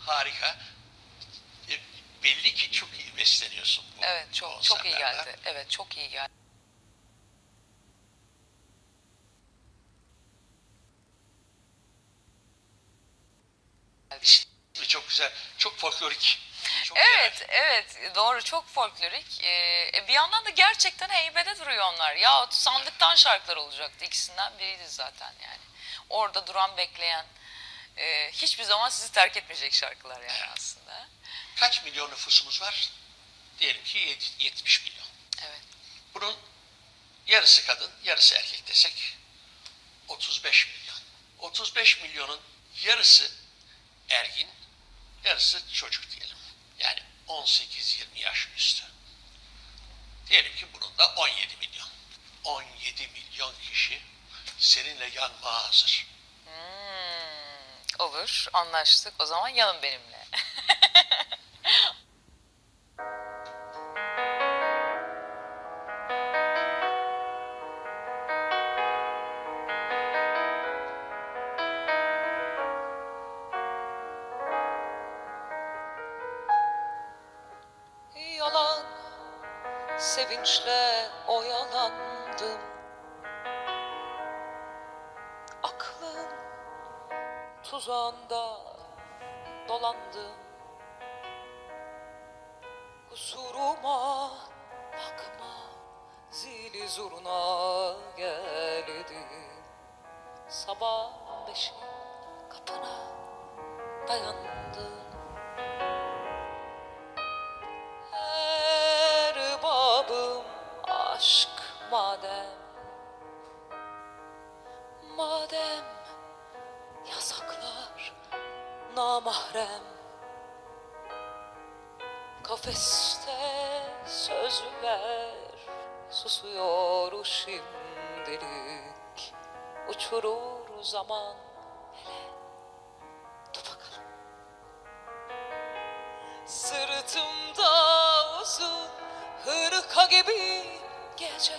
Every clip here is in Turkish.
Harika. E, Belli ki çok iyi besleniyorsun bu Evet, çok iyi konserlerden. geldi. Evet, çok iyi geldi. İsmi çok güzel. Çok folklorik. Çok yerel. Evet, doğru, çok folklorik. Bir yandan da gerçekten heybede duruyor onlar. Yahut sandıktan şarkılar olacaktı. İkisinden biriydi zaten yani. Orada duran, bekleyen, hiçbir zaman sizi terk etmeyecek şarkılar yani aslında. Kaç milyon nüfusumuz var? Diyelim ki 70 milyon. Evet. Bunun yarısı kadın, yarısı erkek desek 35 milyon. 35 milyonun yarısı ergin, yarısı çocuk diyelim. Yani 18-20 yaş üstü. Diyelim ki bunun da 17 milyon. 17 milyon kişi seninle yanmaya hazır. Olur, anlaştık. O zaman yanın benimle. Yalan, sevinçle oyalandım. Aklın tuzağında dolandım. Kusuruma bakma, zili zurna geldi. Sabah 5'i kapına dayandım. Erbabım aşk madem yasaklar namahrem. Kafeste söz ver, susuyor şimdilik. Uçurur zaman, hele dur bakalım. Sırtımda uzun hırka gibi gece,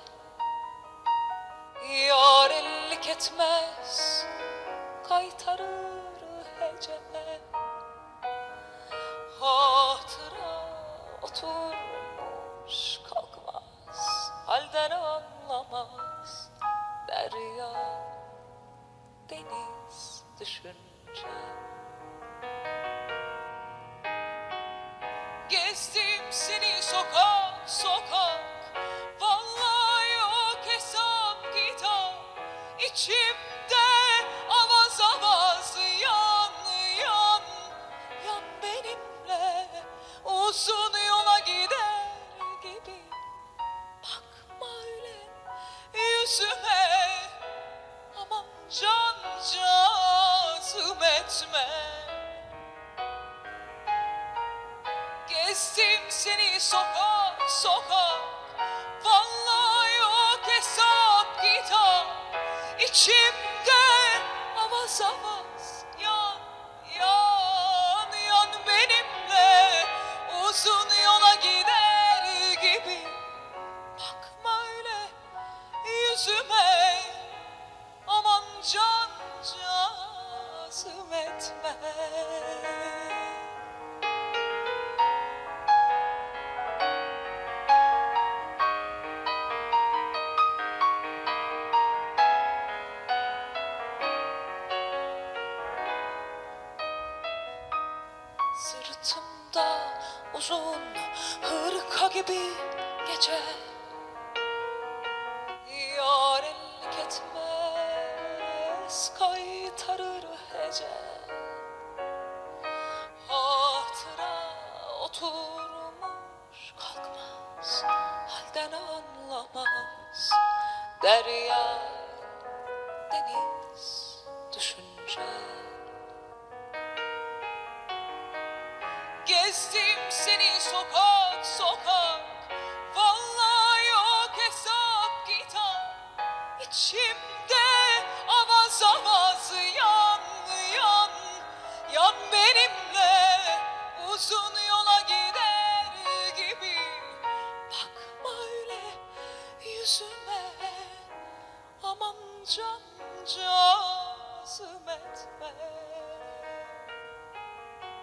yar ellik etmez, kaytarır hece. Hatıra oturmuş kalkmaz, halden anlamaz. Derya, deniz düşünce. Gezdim seni sokak sokak, vallahi yok hesap kitap. İçimde avaz avaz yan yan yan benimle uzun yola gider gibi. Bakma öyle yüzüme, aman cancağızım etme. Gezdim seni sokak sokak, vallahi yok hesap kitap. İçimde avaz avaz yan yan yan benimle uzun yola gider gibi. Bakma öyle yüzüme, aman cancağızım etme. Sırtımda uzun hırka gibi gece, yar ellik etmez, kaytarır hece. Hatıra oturmuş kalkmaz, halden anlamaz. Derya, deniz düşünce. Gezdim seni sokak sokak, vallahi yok hesap kitap. İçimde avaz avaz yan yan yan benimle uzun yola gider gibi. Bakma öyle yüzüme, aman cancağızım etme.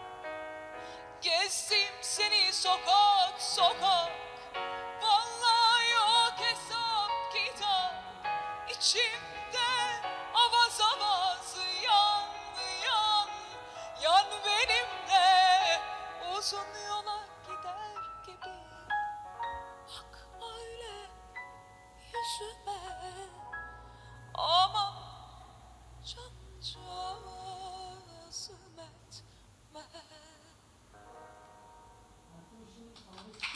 Gezdim seni sokak sokak, vallahi yok hesap kitap. İçimde avaz avaz yan yan, yan benimle uzun yola gider gibi. Bak öyle yüzüme, ama cancağızım etme.